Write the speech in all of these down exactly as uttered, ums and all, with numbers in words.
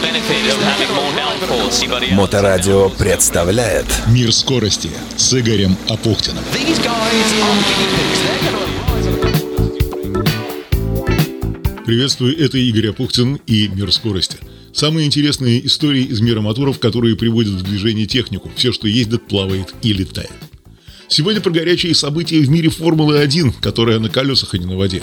Моторадио представляет «Мир скорости» с Игорем Апухтиным. Приветствую, это Игорь Апухтин и «Мир скорости». Самые интересные истории из мира моторов, которые приводят в движение технику. Все, что ездит, плавает и летает. Сегодня про горячие события в мире Формулы один, которая на колесах, а не на воде.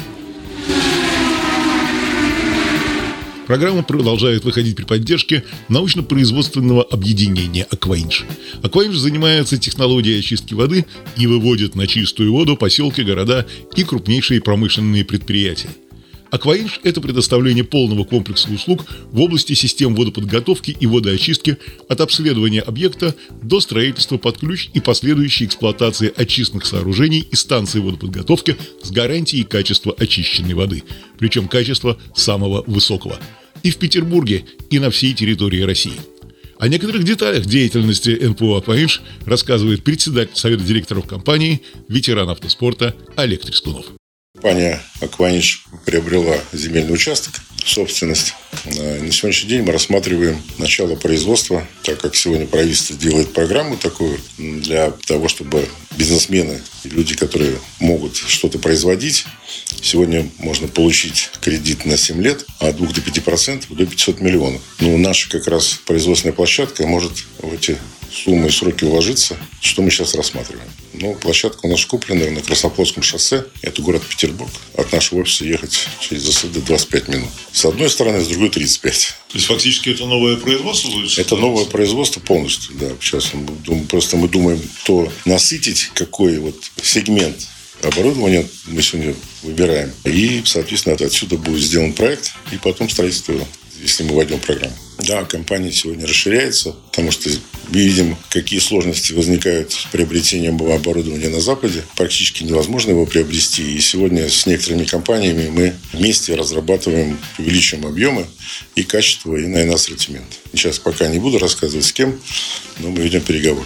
Программа продолжает выходить при поддержке научно-производственного объединения «Акваинж». «Акваинж» занимается технологией очистки воды и выводит на чистую воду поселки, города и крупнейшие промышленные предприятия. «Акваинж» — это предоставление полного комплекса услуг в области систем водоподготовки и водоочистки от обследования объекта до строительства под ключ и последующей эксплуатации очистных сооружений и станций водоподготовки с гарантией качества очищенной воды, причем качества самого высокого. И в Петербурге, и на всей территории России. О некоторых деталях деятельности эн пэ о «Акваинж» рассказывает председатель совета директоров компании, ветеран автоспорта Олег Трескунов. Компания «Акваинж» приобрела земельный участок в собственность. На сегодняшний день мы рассматриваем начало производства, так как сегодня правительство делает программу такую для того, чтобы бизнесмены, люди, которые могут что-то производить, сегодня можно получить кредит на семь лет от двух до пяти процентов до пятисот миллионов. Но наша как раз производственная площадка может в эти суммы и сроки уложиться, что мы сейчас рассматриваем. Ну, площадка у нас куплена на Красноплодском шоссе. Это город Петербург. От нашего офиса ехать через ЗСД двадцать пять минут. С одной стороны, с другой тридцать пять. То есть, фактически, это новое производство будет? Это новое производство полностью, да. Сейчас мы думаем, просто мы думаем, то насытить, какой вот сегмент оборудования мы сегодня выбираем. И, соответственно, отсюда будет сделан проект, и потом строительство, если мы войдем в программу. Да, компания сегодня расширяется, потому что мы видим, какие сложности возникают с приобретением оборудования на Западе. Практически невозможно его приобрести. И сегодня с некоторыми компаниями мы вместе разрабатываем, увеличиваем объемы и качество, и, наверное, ассортимент. Сейчас пока не буду рассказывать с кем, но мы ведем переговоры.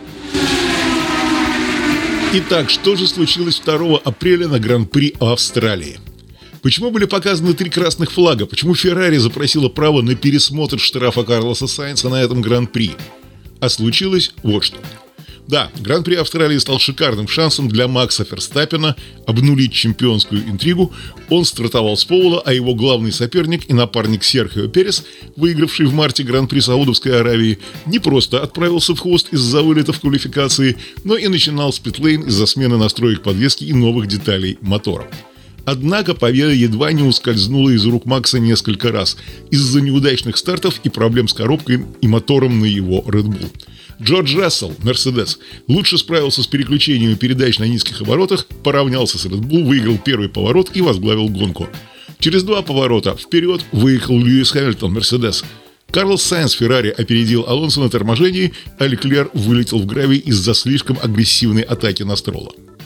Итак, что же случилось второго апреля на Гран-при Австралии? Почему были показаны три красных флага? Почему Феррари запросила право на пересмотр штрафа Карлоса Сайнса на этом Гран-при? А случилось вот что. Да, Гран-при Австралии стал шикарным шансом для Макса Ферстаппена обнулить чемпионскую интригу. Он стартовал с пола, а его главный соперник и напарник Серхио Перес, выигравший в марте Гран-при Саудовской Аравии, не просто отправился в хвост из-за вылета в квалификации, но и начинал с питлейн из-за смены настроек подвески и новых деталей мотора. Однако победа едва не ускользнула из рук Макса несколько раз из-за неудачных стартов и проблем с коробкой и мотором на его Red Bull. Джордж Рассел, Mercedes, лучше справился с переключением передач на низких оборотах, поравнялся с Red Bull, выиграл первый поворот и возглавил гонку. Через два поворота вперед выехал Льюис Хэмилтон, Mercedes. Карлос Сайнс, Феррари, опередил Алонсо на торможении, а Леклер вылетел в гравий из-за слишком агрессивной атаки на Строла.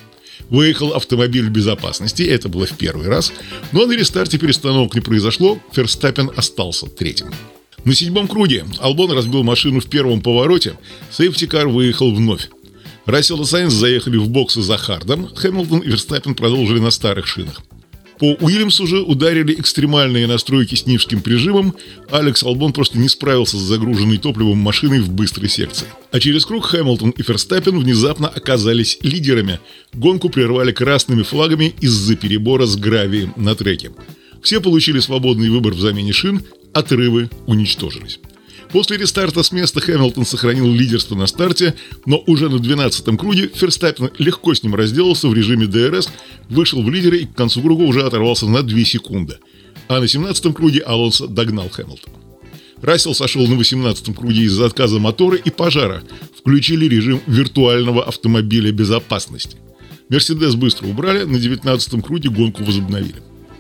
Выехал автомобиль безопасности, это было в первый раз, но на рестарте перестановок не произошло, Ферстаппен остался третьим. На седьмом круге Албон разбил машину в первом повороте, сейфтикар выехал вновь. Рассел и Сайнс заехали в боксы за хардом, Хэмилтон и Ферстаппен продолжили на старых шинах. По Уильямсу же ударили экстремальные настройки с нивским прижимом, Алекс Албон просто не справился с загруженной топливом машиной в быстрой секции. А через круг Хэмилтон и Ферстаппен внезапно оказались лидерами. Гонку прервали красными флагами из-за перебора с гравием на треке. Все получили свободный выбор в замене шин, отрывы уничтожились. После рестарта с места Хэмилтон сохранил лидерство на старте, но уже на двенадцатом круге Ферстаппен легко с ним разделался в режиме дэ эр эс, вышел в лидеры и к концу круга уже оторвался на две секунды. А на семнадцатом круге Алонсо догнал Хэмилтона. Рассел сошел на восемнадцатом круге из-за отказа мотора и пожара. Включили режим виртуального автомобиля безопасности. Мерседес быстро убрали, на девятнадцатом круге гонку возобновили.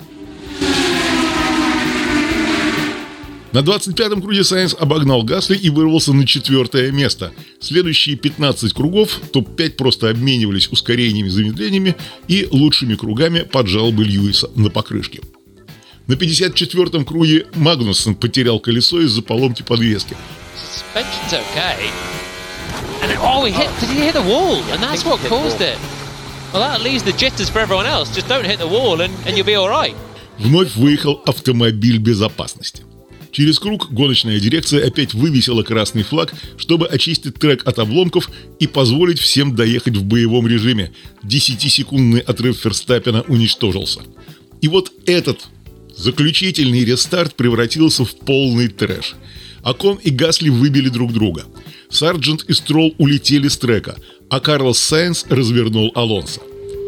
На двадцать пятом круге Сайнс обогнал Гасли и вырвался на четвертое место. Следующие пятнадцать кругов топ пять просто обменивались ускорениями, замедлениями и лучшими кругами под жалобы Льюиса на покрышке. На пятьдесят четвёртом круге Магнуссен потерял колесо из-за поломки подвески. Вновь выехал автомобиль безопасности. Через круг гоночная дирекция опять вывесила красный флаг, чтобы очистить трек от обломков и позволить всем доехать в боевом режиме. Десятисекундный отрыв Ферстаппена уничтожился. И вот этот заключительный рестарт превратился в полный трэш. Окон и Гасли выбили друг друга. Сарджент и Стролл улетели с трека, а Карлос Сайнс развернул Алонсо.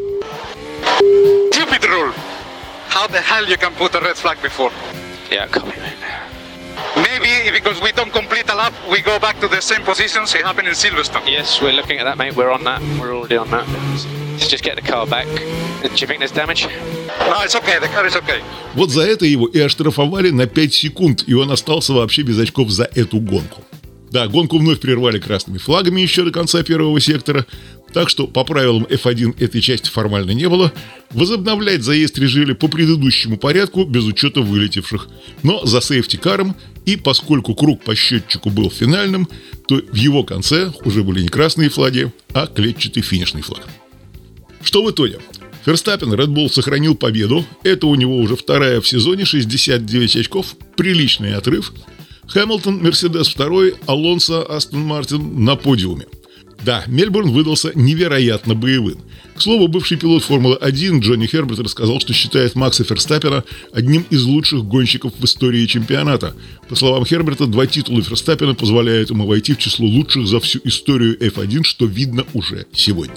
How the hell you can put a red flag before? Yeah, copy, mate. Maybe because we don't complete a lap, we go back to the same positions it happened in Silverstone. Yes, we're looking at that, mate. We're on that. We're already on that. Let's just get the car back. Do you think there's damage? No, it's okay. The car is okay. Вот за это его и оштрафовали на пять секунд, и он остался вообще без очков за эту гонку. Да, гонку вновь прервали красными флагами еще до конца первого сектора, так что по правилам эф один этой части формально не было. Возобновлять заезд решили по предыдущему порядку, без учета вылетевших. Но за сейфти-каром, и поскольку круг по счетчику был финальным, то в его конце уже были не красные флаги, а клетчатый финишный флаг. Что в итоге? Ферстаппен, Red Bull сохранил победу. Это у него уже вторая в сезоне, шестьдесят девять очков, приличный отрыв. Хэмилтон, Мерседес второй, Алонсо, Астон Мартин на подиуме. Да, Мельбурн выдался невероятно боевым. К слову, бывший пилот Формулы один Джонни Херберт рассказал, что считает Макса Ферстаппена одним из лучших гонщиков в истории чемпионата. По словам Херберта, два титула Ферстаппена позволяют ему войти в число лучших за всю историю эф один, что видно уже сегодня.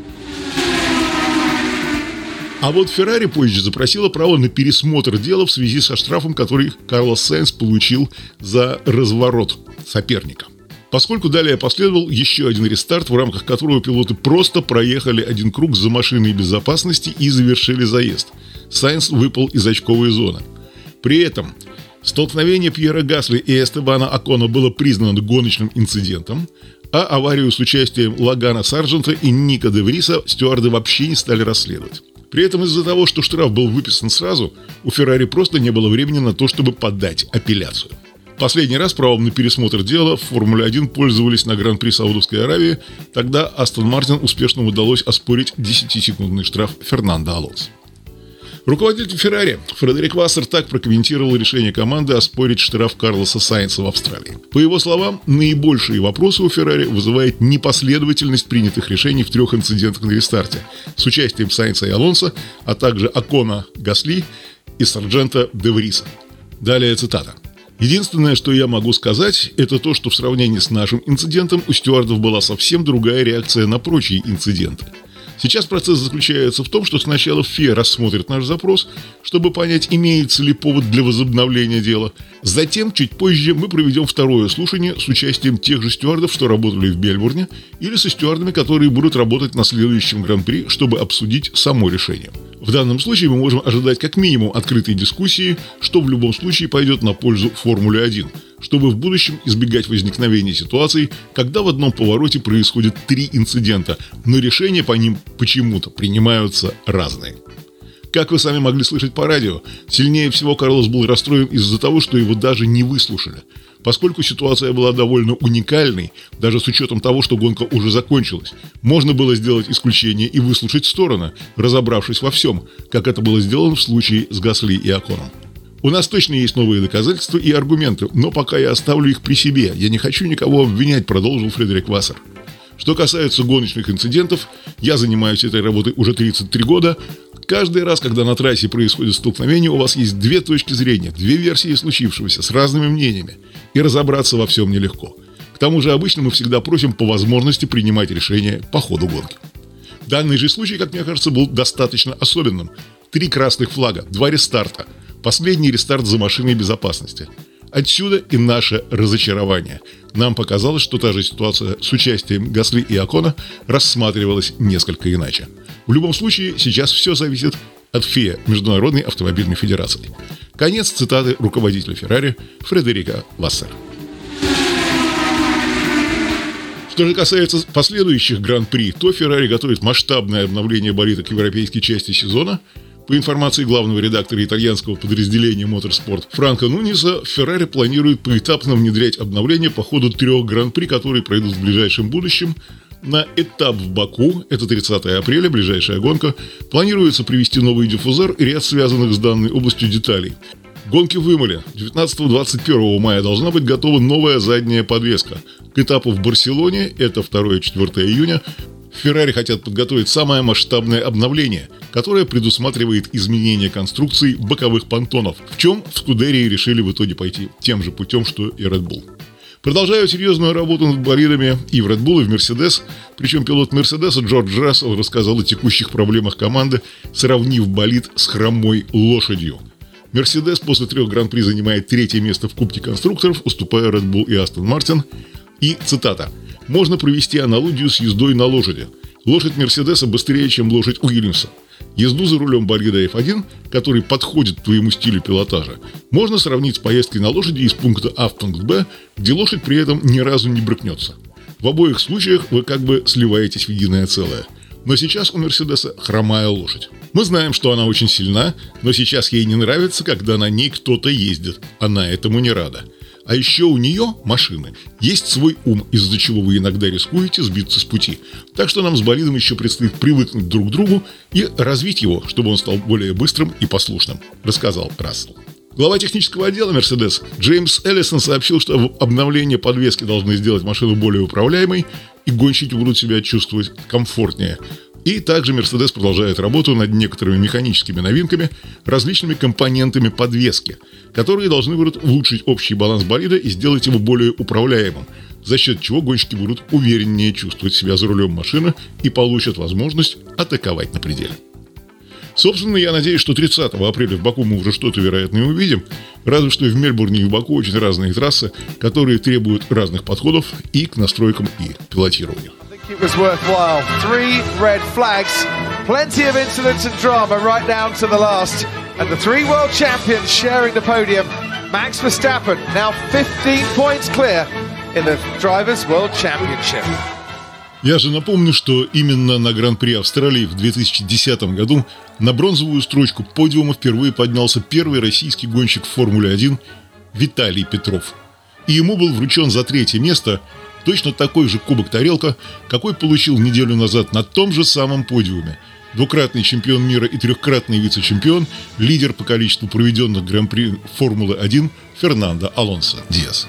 А вот Феррари позже запросила право на пересмотр дела в связи со штрафом, который Карлос Сайнс получил за разворот соперника. Поскольку далее последовал еще один рестарт, в рамках которого пилоты просто проехали один круг за машиной безопасности и завершили заезд. Сайнс выпал из очковой зоны. При этом столкновение Пьера Гасли и Эстебана Окона было признано гоночным инцидентом, а аварию с участием Лагана Сарджента и Ника де Вриса стюарды вообще не стали расследовать. При этом из-за того, что штраф был выписан сразу, у Феррари просто не было времени на то, чтобы подать апелляцию. Последний раз правом на пересмотр дела в Формуле один пользовались на Гран-при Саудовской Аравии, тогда Астон Мартин успешно удалось оспорить десятисекундный штраф Фернандо Алонсо. Руководитель Феррари Фредерик Вассер так прокомментировал решение команды оспорить штраф Карлоса Сайнса в Австралии. По его словам, наибольшие вопросы у Феррари вызывает непоследовательность принятых решений в трех инцидентах на рестарте с участием Сайнса и Алонсо, а также Окона, Гасли и Сарджента де Вриса. Далее цитата. «Единственное, что я могу сказать, это то, что в сравнении с нашим инцидентом у стюардов была совсем другая реакция на прочие инциденты. Сейчас процесс заключается в том, что сначала эф и а рассмотрит наш запрос, чтобы понять, имеется ли повод для возобновления дела. Затем, чуть позже, мы проведем второе слушание с участием тех же стюардов, что работали в Мельбурне, или со стюардами, которые будут работать на следующем Гран-при, чтобы обсудить само решение. В данном случае мы можем ожидать как минимум открытой дискуссии, что в любом случае пойдет на пользу Формуле один, чтобы в будущем избегать возникновения ситуаций, когда в одном повороте происходит три инцидента, но решения по ним почему-то принимаются разные». Как вы сами могли слышать по радио, сильнее всего Карлос был расстроен из-за того, что его даже не выслушали. Поскольку ситуация была довольно уникальной, даже с учетом того, что гонка уже закончилась, можно было сделать исключение и выслушать стороны, разобравшись во всем, как это было сделано в случае с Гасли и Оконом. У нас точно есть новые доказательства и аргументы, но пока я оставлю их при себе. Я не хочу никого обвинять, продолжил Фредерик Вассер. Что касается гоночных инцидентов, я занимаюсь этой работой уже тридцать три года. Каждый раз, когда на трассе происходит столкновение, у вас есть две точки зрения, две версии случившегося с разными мнениями. И разобраться во всем нелегко. К тому же обычно мы всегда просим по возможности принимать решения по ходу гонки. Данный же случай, как мне кажется, был достаточно особенным. Три красных флага, два рестарта. Последний рестарт за машиной безопасности. Отсюда и наше разочарование. Нам показалось, что та же ситуация с участием Гасли и Окона рассматривалась несколько иначе. В любом случае, сейчас все зависит от эф и а, Международной автомобильной федерации. Конец цитаты руководителя Феррари Фредерика Вассера. Что же касается последующих Гран-при, то Феррари готовит масштабное обновление болида к европейской части сезона. По информации главного редактора итальянского подразделения Motorsport Франко Нуниса, Феррари планирует поэтапно внедрять обновления по ходу трех Гран-при, которые пройдут в ближайшем будущем. На этап в Баку, это тридцатого апреля, ближайшая гонка, планируется привести новый диффузор и ряд связанных с данной областью деталей. Гонки в Имоле. девятнадцатого-двадцать первого мая должна быть готова новая задняя подвеска. К этапу в Барселоне, это второе-четвёртое июня, Феррари хотят подготовить самое масштабное обновление, которое предусматривает изменение конструкций боковых понтонов, в чем в Скудерии решили в итоге пойти тем же путем, что и Red Bull. Продолжают серьезную работу над болидами и в Red Bull, и в Mercedes, причем пилот Мерседеса Джордж Рассел рассказал о текущих проблемах команды, сравнив болид с хромой лошадью. Мерседес после трех гран-при занимает третье место в Кубке конструкторов, уступая Red Bull и Астон Мартин. И, цитата, «Можно провести аналогию с ездой на лошади. Лошадь Мерседеса быстрее, чем лошадь Уильямса. Езду за рулем болида эф один, который подходит к твоему стилю пилотажа, можно сравнить с поездкой на лошади из пункта А в пункт Б, где лошадь при этом ни разу не брыкнется. В обоих случаях вы как бы сливаетесь в единое целое. Но сейчас у Мерседеса хромая лошадь. Мы знаем, что она очень сильна, но сейчас ей не нравится, когда на ней кто-то ездит. Она этому не рада. А еще у нее, машины, есть свой ум, из-за чего вы иногда рискуете сбиться с пути. Так что нам с болидом еще предстоит привыкнуть друг к другу и развить его, чтобы он стал более быстрым и послушным», — рассказал Рассел. Глава технического отдела Mercedes Джеймс Эллисон сообщил, что обновление подвески должны сделать машину более управляемой, и гонщики будут себя чувствовать комфортнее. И также Mercedes продолжает работу над некоторыми механическими новинками, различными компонентами подвески, которые должны будут улучшить общий баланс болида и сделать его более управляемым, за счет чего гонщики будут увереннее чувствовать себя за рулем машины и получат возможность атаковать на пределе. Собственно, я надеюсь, что тридцатого апреля в Баку мы уже что-то, вероятно, и увидим. Разве что в Мельбурне и в Баку очень разные трассы, которые требуют разных подходов и к настройкам, и к пилотированию. It was worthwhile. Three red flags, plenty of incidents and drama right down to the last. And the three world champions sharing the podium. Max Verstappen now fifteen points clear in the Drivers' World Championship. Я же напомню, что именно на Гран-при Австралии в две тысячи десятом году на бронзовую строчку подиума впервые поднялся первый российский гонщик в Формуле один Виталий Петров. И ему был вручен за третье место точно такой же кубок-тарелка, какой получил неделю назад на том же самом подиуме двукратный чемпион мира и трехкратный вице-чемпион, лидер по количеству проведенных Гран-при Формулы один Фернандо Алонсо Диас.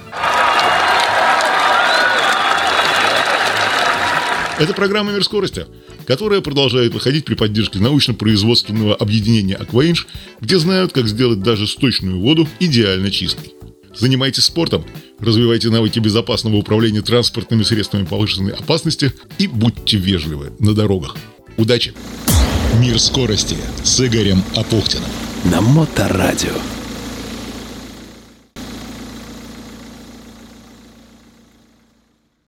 Это программа «Мир скорости», которая продолжает выходить при поддержке научно-производственного объединения «Акваинж», где знают, как сделать даже сточную воду идеально чистой. Занимайтесь спортом, развивайте навыки безопасного управления транспортными средствами повышенной опасности и будьте вежливы на дорогах. Удачи! «Мир скорости» с Игорем Апухтиным на Моторадио.